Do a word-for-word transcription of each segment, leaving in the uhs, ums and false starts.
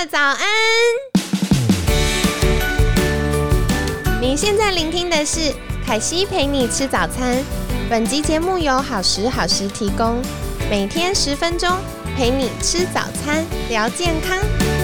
家早安。你现在聆听的是凯西陪你吃早餐，本集节目由好时好时提供，每天十分钟陪你吃早餐，聊健康。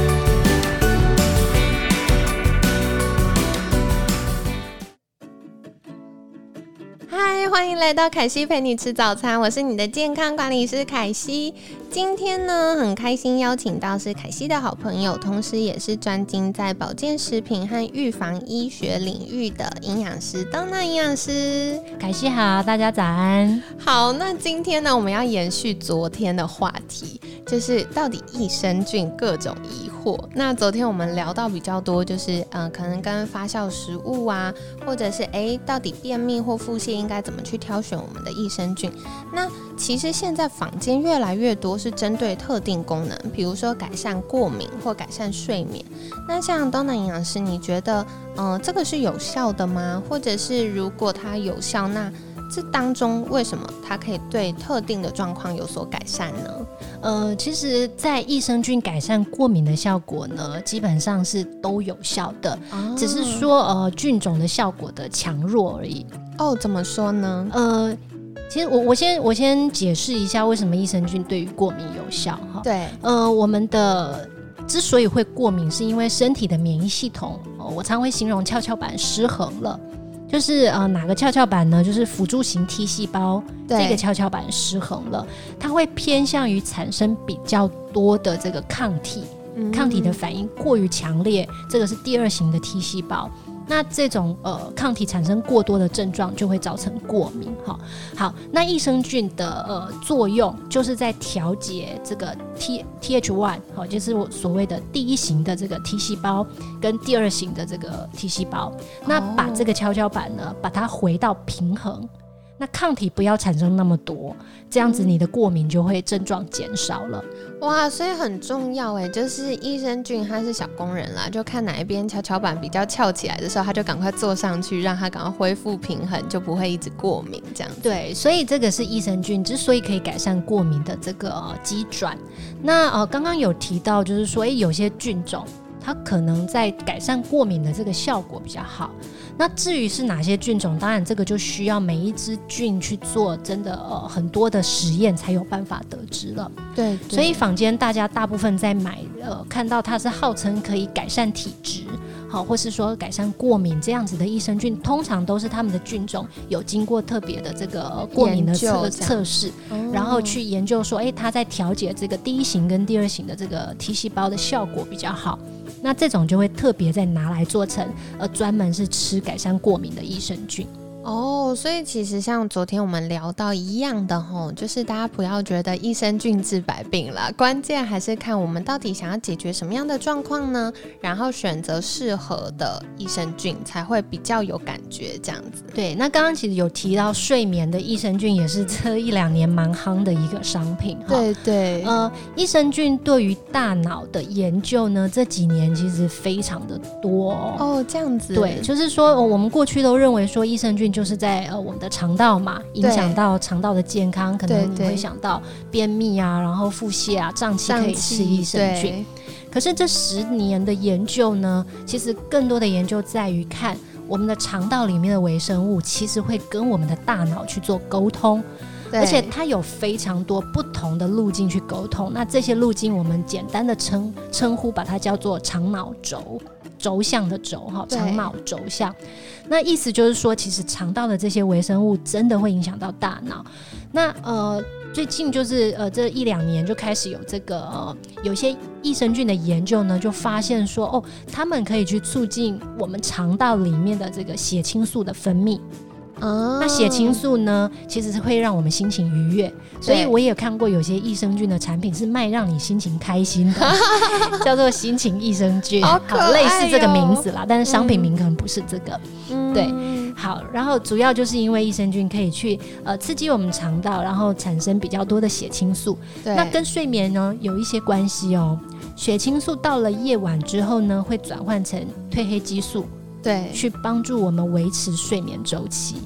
嗨，欢迎来到凯西陪你吃早餐，我是你的健康管理师凯西。今天呢，很开心邀请到是凯西的好朋友，同时也是专精在保健食品和预防医学领域的营养师Donna营养师。 凯西好，大家早安。 好，那今天呢，我们要延续昨天的话题，就是到底益生菌各种疑惑。那昨天我们聊到比较多，就是呃，可能跟发酵食物啊，或者是哎，到底便秘或腹泻应该怎么去挑选我们的益生菌。那其实现在坊间越来越多是针对特定功能，比如说改善过敏或改善睡眠。那像Donna营养师，你觉得呃这个是有效的吗？或者是如果它有效，那这当中为什么它可以对特定的状况有所改善呢？ 呃，其实在益生菌改善过敏的效果呢，基本上是都有效的，哦、只是说呃菌种的效果的强弱而已。 哦，怎么说呢？ 呃，其实我我先我先解释一下为什么益生菌对于过敏有效哈。 对， 呃，我们的之所以会过敏，是因为身体的免疫系统，呃、我常会形容跷跷板失衡了。就是呃哪个跷跷板呢？就是辅助型 T 细胞这个跷跷板失衡了，它会偏向于产生比较多的这个抗体，嗯、抗体的反应过于强烈，这个是第二型的 T 细胞。那这种呃抗体产生过多的症状，就会造成过敏。好，好，那益生菌的呃作用就是在调节这个 T T H 一，好，就是我所谓的第一型的这个 T 细胞跟第二型的这个 T 细胞，那把这个跷跷板呢，把它回到平衡。那抗体不要产生那么多，这样子你的过敏就会症状减少了。 哇，所以很重要哎，就是益生菌它是小工人啦，就看哪一边跷跷板比较翘起来的时候，他就赶快坐上去，让它赶快恢复平衡，就不会一直过敏这样子。 对，所以这个是益生菌之所以可以改善过敏的这个呃机转。那呃刚刚有提到，就是说，哎，有些菌种它可能在改善过敏的这个效果比较好。那至于是哪些菌种，当然这个就需要每一只菌去做真的呃很多的实验才有办法得知了。 对， 所以坊间大家大部分在买呃看到它是号称可以改善体质，好，或是说改善过敏这样子的益生菌，通常都是他们的菌种有经过特别的这个、呃、过敏的测测试，然后去研究说，哎，它在调节这个第一型跟第二型的这个 T 细胞的效果比较好。那这种就会特别再拿来做成呃专门是吃改善过敏的益生菌。 哦，所以其实像昨天我们聊到一样的吼，就是大家不要觉得益生菌治百病啦，关键还是看我们到底想要解决什么样的状况呢，然后选择适合的益生菌才会比较有感觉这样子。 对，那刚刚其实有提到睡眠的益生菌也是这一两年蛮夯的一个商品。 对对， 呃，益生菌对于大脑的研究呢，这几年其实非常的多哦。 哦，这样子。 对，就是说、呃、我们过去都认为说益生菌就是在呃我们的肠道嘛，影响到肠道的健康，可能你会想到便秘啊，然后腹泻啊，胀气可以吃益生菌。可是这十年的研究呢，其实更多的研究在于看我们的肠道里面的微生物，其实会跟我们的大脑去做沟通。而且它有非常多不同的路径去沟通，那这些路径我们简单的称称呼把它叫做肠脑轴，轴向的轴，肠脑轴向。那意思就是说，其实肠道的这些微生物真的会影响到大脑。那呃，最近就是呃这一两年就开始有这个呃有些益生菌的研究呢，就发现说哦，他们可以去促进我们肠道里面的这个血清素的分泌。哦、那血清素呢，其实是会让我们心情愉悦，所以我也看过有些益生菌的产品是卖让你心情开心的，叫做心情益生菌， 好可爱、哦、 好，类似这个名字啦，但是商品名可能不是这个。嗯、对，好，然后主要就是因为益生菌可以去呃刺激我们肠道，然后产生比较多的血清素，那跟睡眠呢有一些关系哦。血清素到了夜晚之后呢，会转换成褪黑激素。对，去帮助我们维持睡眠周期。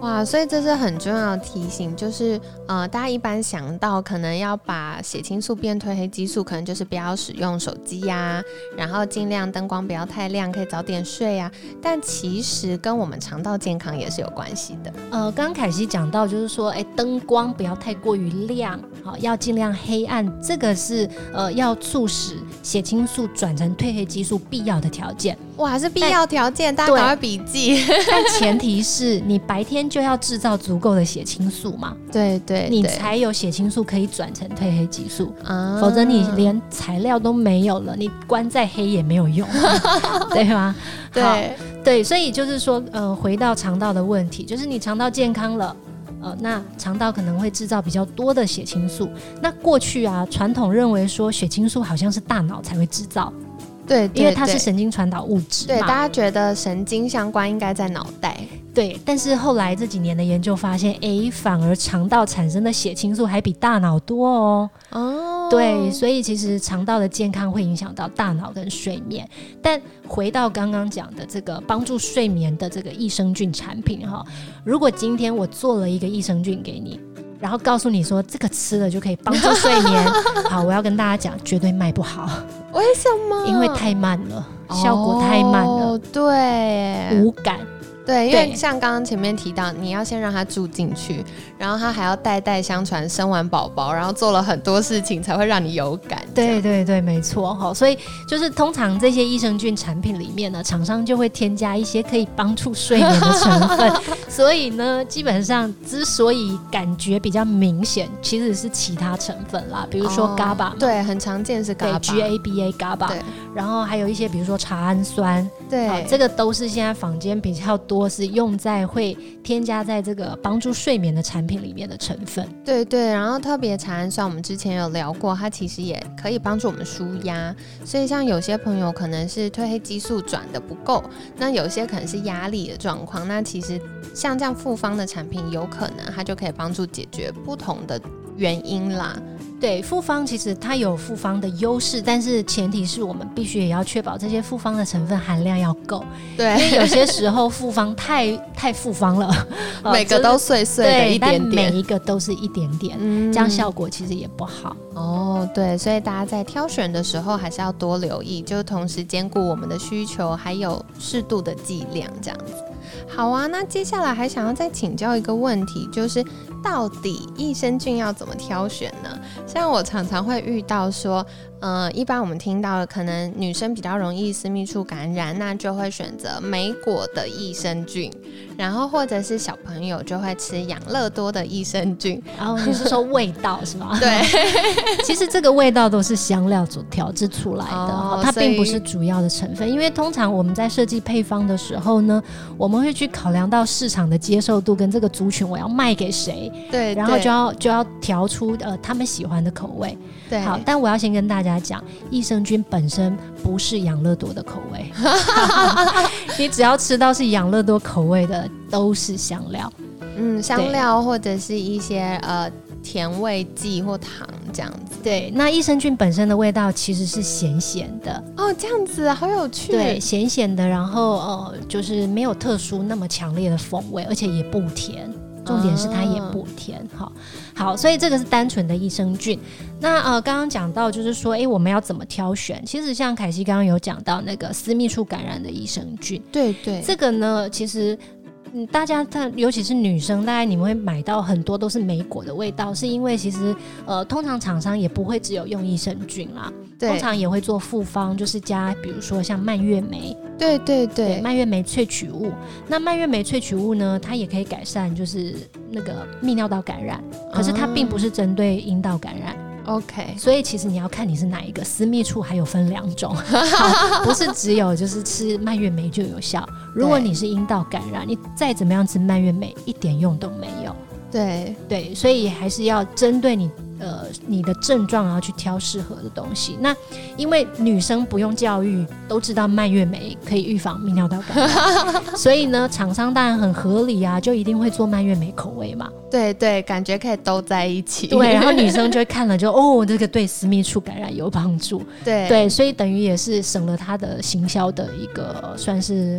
哇，所以这是很重要的提醒，就是呃，大家一般想到可能要把血清素变褪黑激素，可能就是不要使用手机呀、啊，然后尽量灯光不要太亮，可以早点睡啊。但其实跟我们肠道健康也是有关系的。 呃，刚刚凯西讲到，就是说，哎，灯光不要太过于亮，好，要尽量黑暗，这个是呃要促使血清素转成褪黑激素必要的条件。 哇，是必要条件，大家赶快笔记。 但前提是你白天就要制造足够的血清素嘛， 对 对, 对， 你才有血清素可以转成褪黑激素、啊、否则你连材料都没有了，你关在黑也没有用对吗？ 对对，所以就是说呃，回到肠道的问题，就是你肠道健康了呃，那肠道可能会制造比较多的血清素。那过去啊，传统认为说血清素好像是大脑才会制造， 对， 对， 对， 因为它是神经传导物质嘛， 对，大家觉得神经相关应该在脑袋， 对，但是后来这几年的研究发现，哎，反而肠道产生的血清素还比大脑多哦。哦，对，所以其实肠道的健康会影响到大脑跟睡眠。但回到刚刚讲的这个帮助睡眠的这个益生菌产品哈，如果今天我做了一个益生菌给你，然后告诉你说这个吃了就可以帮助睡眠好，我要跟大家讲，绝对卖不好。 为什么？ 因为太慢了，效果太慢了， 哦，对， 无感。 对，因为像刚刚前面提到，你要先让他住进去，然后他还要代代相传，生完宝宝，然后做了很多事情才会让你有感。 对对对，没错哈。所以就是通常这些益生菌产品里面呢，厂商就会添加一些可以帮助睡眠的成分。所以呢，基本上之所以感觉比较明显，其实是其他成分啦，比如说 G A B A、哦、 对，很常见是 G A B A G A B A G A B A， 然后还有一些比如说茶氨酸， 对， 这个都是现在坊间比较多是用在会添加在这个帮助睡眠的产品里面的成分。 对对，然后特别茶氨酸我们之前有聊过，它其实也可以帮助我们舒压，所以像有些朋友可能是褪黑激素转的不够，那有些可能是压力的状况，那其实像这样复方的产品有可能它就可以帮助解决不同的原因啦。 对，复方其实它有复方的优势，但是前提是我们必须也要确保这些复方的成分含量要够。对，因为有些时候复方太太复方了， 每个都碎碎的一点点， 但每一个都是一点点，嗯，这样效果其实也不好。 哦，对，所以大家在挑选的时候还是要多留意，就同时兼顾我们的需求，还有适度的剂量，这样子。好啊，那接下来还想要再请教一个问题，就是到底益生菌要怎么挑选呢？像我常常会遇到说，呃，一般我们听到的可能女生比较容易私密处感染，那就会选择莓果的益生菌，然后或者是小朋友就会吃养乐多的益生菌。 然后你是说味道是吗？ 对， 其实这个味道都是香料所调制出来的，哦，它并不是主要的成分。因为通常我们在设计配方的时候呢，我们会去考量到市场的接受度跟这个族群我要卖给谁， 对， 然后就要就要调出呃他们喜欢的口味。 对， 好，但我要先跟大家讲，益生菌本身不是养乐多的口味你只要吃到是养乐多口味的都是香料， 嗯，香料或者是一些呃甜味剂或糖这样子。 对，那益生菌本身的味道其实是咸咸的。 哦，这样子好有趣。 对，咸咸的，然后呃就是没有特殊那么强烈的风味，而且也不甜，重点是它也不甜。好，好，所以这个是单纯的益生菌。那呃，刚刚讲到就是说，哎，我们要怎么挑选？其实像凯西刚刚有讲到那个私密处感染的益生菌， 对对， 这个呢，其实。嗯，大家尤其是女生，大概你们会买到很多都是莓果的味道，是因为其实呃，通常厂商也不会只有用益生菌啦，通常也会做复方，就是加比如说像蔓越莓， 对对 对, 对，蔓越莓萃取物。那蔓越莓萃取物呢，它也可以改善就是那个泌尿道感染，可是它并不是针对阴道感染。 OK， 所以其实你要看你是哪一个，私密处还有分两种不是只有就是吃蔓越莓就有效。如果你是阴道感染，你再怎么样吃蔓越莓一点用都没有。 对对，所以还是要针对你呃你的症状，然后去挑适合的东西。那因为女生不用教育都知道蔓越莓可以预防泌尿道感染所以呢厂商当然很合理啊，就一定会做蔓越莓口味嘛。 对对，感觉可以都在一起。 对，然后女生就会看了就哦，这个对私密处感染有帮助。 对对， 所以等于也是省了她的行销的一个算是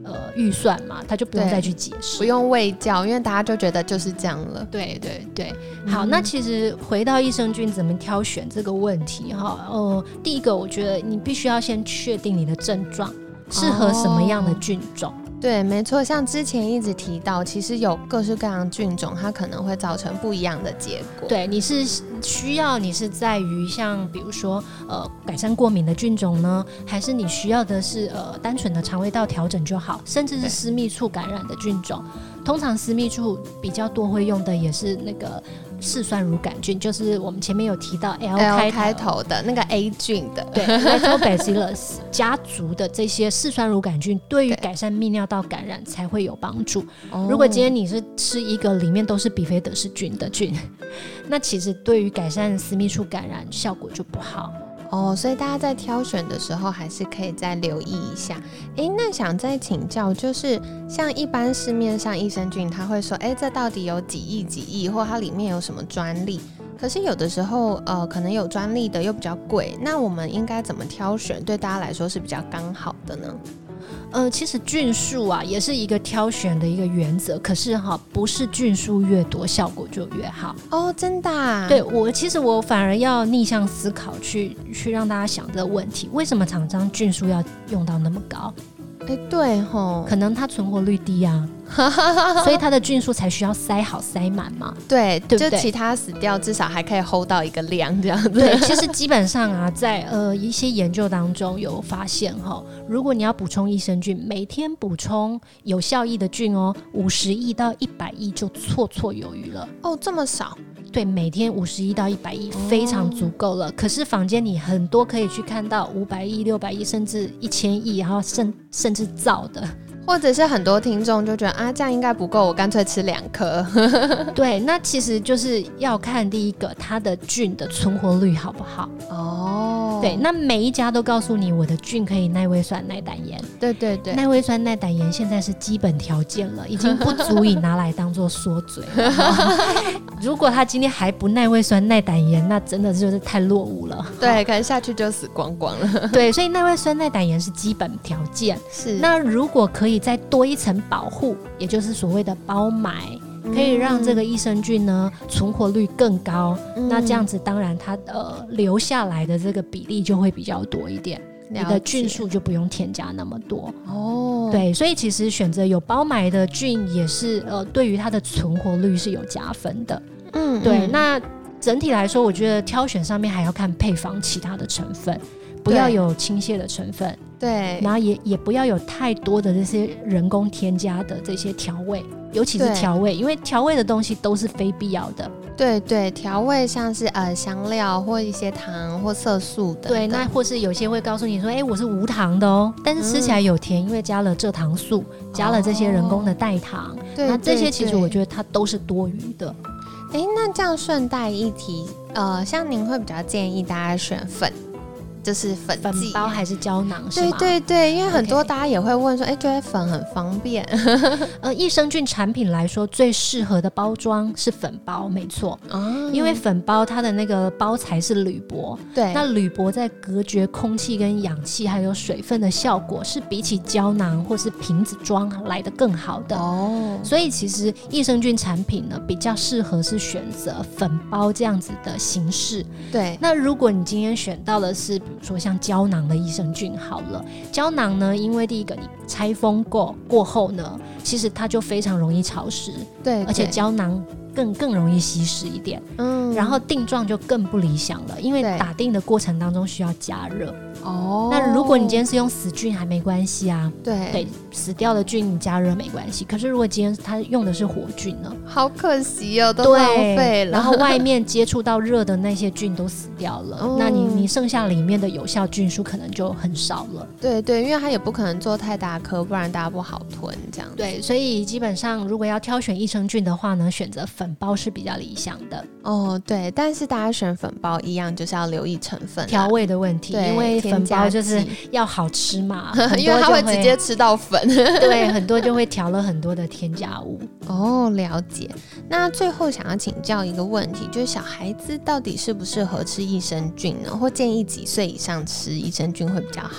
呃预算嘛，他就不用再去解释， 不用卫教，因为大家就觉得就是这样了。 对对对，好，嗯、那其实回到益生菌怎么挑选这个问题哈，呃，第一个我觉得你必须要先确定你的症状适合什么样的菌种。哦， 对，没错，像之前一直提到，其实有各式各样的菌种，它可能会造成不一样的结果。 对，你是需要你是在于像比如说呃改善过敏的菌种呢，还是你需要的是呃单纯的肠胃道调整就好，甚至是私密处感染的菌种。通常私密处比较多会用的也是那个嗜酸乳杆菌，就是我们前面有提到 L 开头, L 开头的那个 A 菌的， 对，Lactobacillus 家族的这些嗜酸乳杆菌，对于改善泌尿道感染才会有帮助。如果今天你是吃一个里面都是比菲德氏菌的菌，那其实对于改善私密处感染效果就不好。 哦，所以大家在挑选的时候还是可以再留意一下。诶，那想再请教，就是像一般市面上益生菌，它会说，诶，这到底有几亿几亿，或它里面有什么专利？可是有的时候，呃，可能有专利的又比较贵，那我们应该怎么挑选，对大家来说是比较刚好的呢？ 呃，其实菌数啊也是一个挑选的一个原则，可是哈，不是菌数越多效果就越好哦，真的啊？ 对，我其实我反而要逆向思考去去让大家想这个问题，为什么厂商菌数要用到那么高？ 哎，对吼， 可能它存活率低啊，所以它的菌数才需要塞好塞满嘛。 对， 对不对？ 就其他死掉，至少还可以 hold 到一个量这样子。 对，其实基本上啊，在呃一些研究当中有发现哈，如果你要补充益生菌，每天补充有效益的菌哦，五十亿到一百亿就绰绰有余了。 哦，这么少？ 对，每天五十亿到一百亿非常足够了。哦、可是坊间你很多可以去看到五百亿、六百亿，甚至一千亿，然后甚甚至造的。 或者是很多听众就觉得啊，这样应该不够，我干脆吃两颗。 对，那其实就是要看第一个它的菌的存活率好不好。哦，对，那每一家都告诉你我的菌可以耐胃酸、耐胆盐。 对对对， 耐胃酸、耐胆盐现在是基本条件了，已经不足以拿来当做说嘴了。如果他今天还不耐胃酸、耐胆盐，那真的就是太落伍了。 对，可能下去就死光光了。 对，所以耐胃酸、耐胆盐是基本条件。 是， 那如果可以再多一层保护，也就是所谓的包埋，可以让这个益生菌呢存活率更高。嗯、那这样子当然它呃留下来的这个比例就会比较多一点，你的菌数就不用添加那么多。哦，对，所以其实选择有包埋的菌也是呃对于它的存活率是有加分的。嗯，对，嗯、那整体来说，我觉得挑选上面还要看配方其他的成分，不要有倾泻的成分。 对， 然后也也不要有太多的这些人工添加的这些调味，尤其是调味，因为调味的东西都是非必要的。 对对，调味像是呃香料或一些糖或色素的。 对，那或是有些会告诉你说，哎，我是无糖的哦，但是吃起来有甜，嗯、因为加了蔗糖素，加了这些人工的代糖。哦、那这些其实我觉得它都是多余的。 哎，那这样顺带一提，呃，像您会比较建议大家选粉。就是粉粉包还是胶囊是吗？ 对对对，因为很多大家也会问说，哎、okay. ，觉得粉很方便。 呃，益生菌产品来说，最适合的包装是粉包，没错。哦、因为粉包它的那个包材是铝箔， 对， 那铝箔在隔绝空气跟氧气还有水分的效果，是比起胶囊或是瓶子装来得更好的。哦，所以其实益生菌产品呢，比较适合是选择粉包这样子的形式。 对， 那如果你今天选到的是比如说像胶囊的益生菌好了，胶囊呢，因为第一个你拆封过过后呢，其实它就非常容易潮湿， 对， 而且胶囊更更容易稀释一点，嗯，然后定状就更不理想了，因为打定的过程当中需要加热。哦，那如果你今天是用死菌还没关系啊， 对对，死掉的菌你加热没关系。可是如果今天它用的是活菌呢？ 好可惜哦，都浪费了。 然后外面接触到热的那些菌都死掉了，哦、那你你剩下里面的有效菌数可能就很少了。 对对，因为它也不可能做太大颗，不然大家不好吞这样子。 对，所以基本上如果要挑选益生菌的话呢，选择粉包是比较理想的。 哦，对，但是大家选粉包一样就是要留意成分、啊、 调味的问题，因为粉包就是要好吃嘛， 因为它会直接吃到粉。 对，很多就会调了很多的添加物。 哦，了解。那最后想要请教一个问题，就是小孩子到底适不适合吃益生菌呢？或建议几岁以上吃益生菌会比较好呢？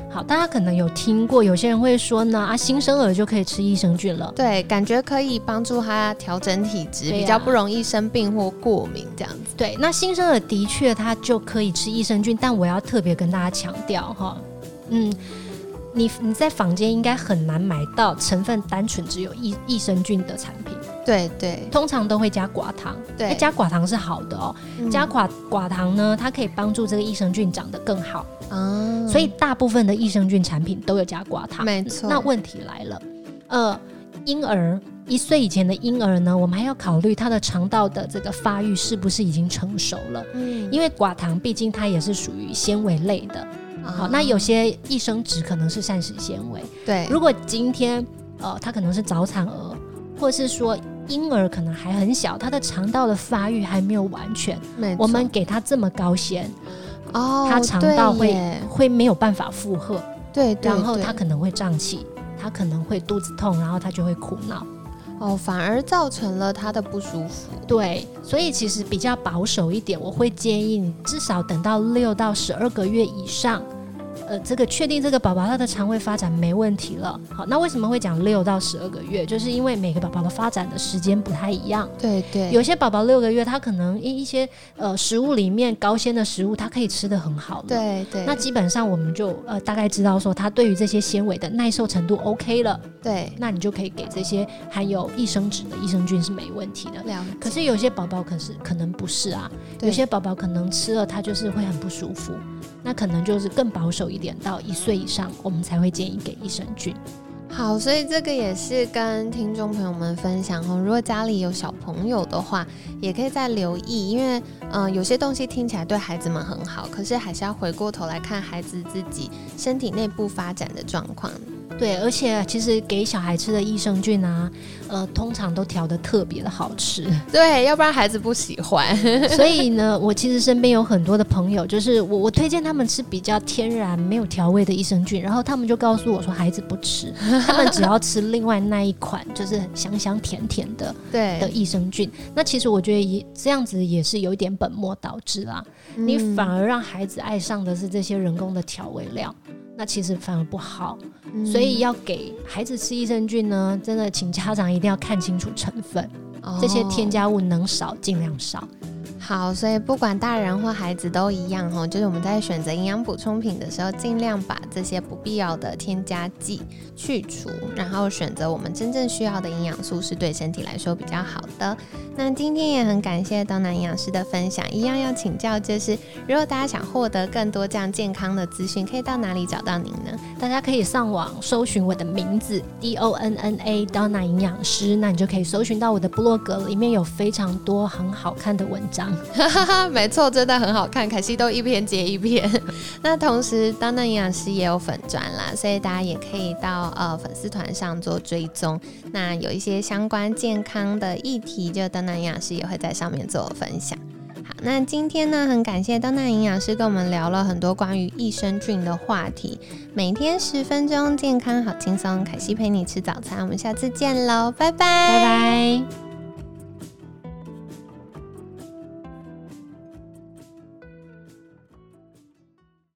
好，大家可能有听过，有些人会说呢，啊，新生儿就可以吃益生菌了。 对，感觉可以帮助他调整体质，啊、比较不容易生病或过敏这样子。 对，那新生儿的确他就可以吃益生菌，但我要特别跟大家强调哈，嗯。你, 你在坊间应该很难买到成分单纯只有 益, 益生菌的产品， 对对， 通常都会加寡糖，对，加寡糖是好的哦，嗯、加寡寡糖呢，它可以帮助这个益生菌长得更好啊，所以大部分的益生菌产品都有加寡糖， 没错。 那问题来了，呃，婴儿一岁以前的婴儿呢，我们还要考虑他的肠道的这个发育是不是已经成熟了，嗯，因为寡糖毕竟它也是属于纤维类的。好，那有些益生质可能是膳食纤维， 对。 如果今天呃，他可能是早产儿，或者是说婴儿可能还很小，他的肠道的发育还没有完全，我们给他这么高纤，哦，他肠道会会没有办法负荷， 对, 对, 对， 然后他可能会胀气，他可能会肚子痛，然后他就会苦恼。 哦，反而造成了他的不舒服。 对，所以其实比较保守一点，我会建议你至少等到六到十二个月以上，呃，这个确定这个宝宝他的肠胃发展没问题了。好，那为什么会讲六到十二个月？就是因为每个宝宝的发展的时间不太一样。 对对， 有些宝宝六个月，他可能一些呃食物里面高纤的食物，他可以吃得很好了。 对对， 那基本上我们就呃大概知道说，他对于这些纤维的耐受程度 OK 了。 对， 那你就可以给这些含有益生质的益生菌是没问题的。可是有些宝宝可是可能不是啊，有些宝宝可能吃了他就是会很不舒服，那可能就是更保守一点，到一岁以上我们才会建议给益生菌。 好，所以这个也是跟听众朋友们分享哦。如果家里有小朋友的话，也可以再留意，因为嗯、呃，有些东西听起来对孩子们很好，可是还是要回过头来看孩子自己身体内部发展的状况。 对，而且其实给小孩吃的益生菌啊，呃，通常都调得特别的好吃。 对，要不然孩子不喜欢。 所以呢，我其实身边有很多的朋友，就是我我推荐他们吃比较天然、没有调味的益生菌，然后他们就告诉我说，孩子不吃，他们只要吃另外那一款，就是香香甜甜的对的益生菌。那其实我觉得也这样子也是有一点本末倒置啦，嗯、你反而让孩子爱上的是这些人工的调味料。那其实反而不好、嗯、所以要给孩子吃益生菌呢，真的请家长一定要看清楚成分、哦、这些添加物能少尽量少。 好，所以不管大人或孩子都一样、哦、就是我们在选择营养补充品的时候，尽量把这些不必要的添加剂去除，然后选择我们真正需要的营养素，是对身体来说比较好的。那今天也很感谢Donna营养师的分享，一样要请教，就是如果大家想获得更多这样健康的资讯，可以到哪里找到您呢？ 大家可以上网搜寻我的名字 D O N N A Donna 营养师，那你就可以搜寻到我的部落格，里面有非常多很好看的文章。 没错，真的很好看，可惜都一篇接一篇。那同时Donna营养师也有粉专啦，所以大家也可以到呃粉丝团上做追踪，那有一些相关健康的议题，就Donna营养师也会在上面做分享。好，那今天呢，很感谢Donna营养师跟我们聊了很多关于益生菌的话题。每天十分钟，健康好轻松，凯西陪你吃早餐，我们下次见喽，拜拜， 拜拜。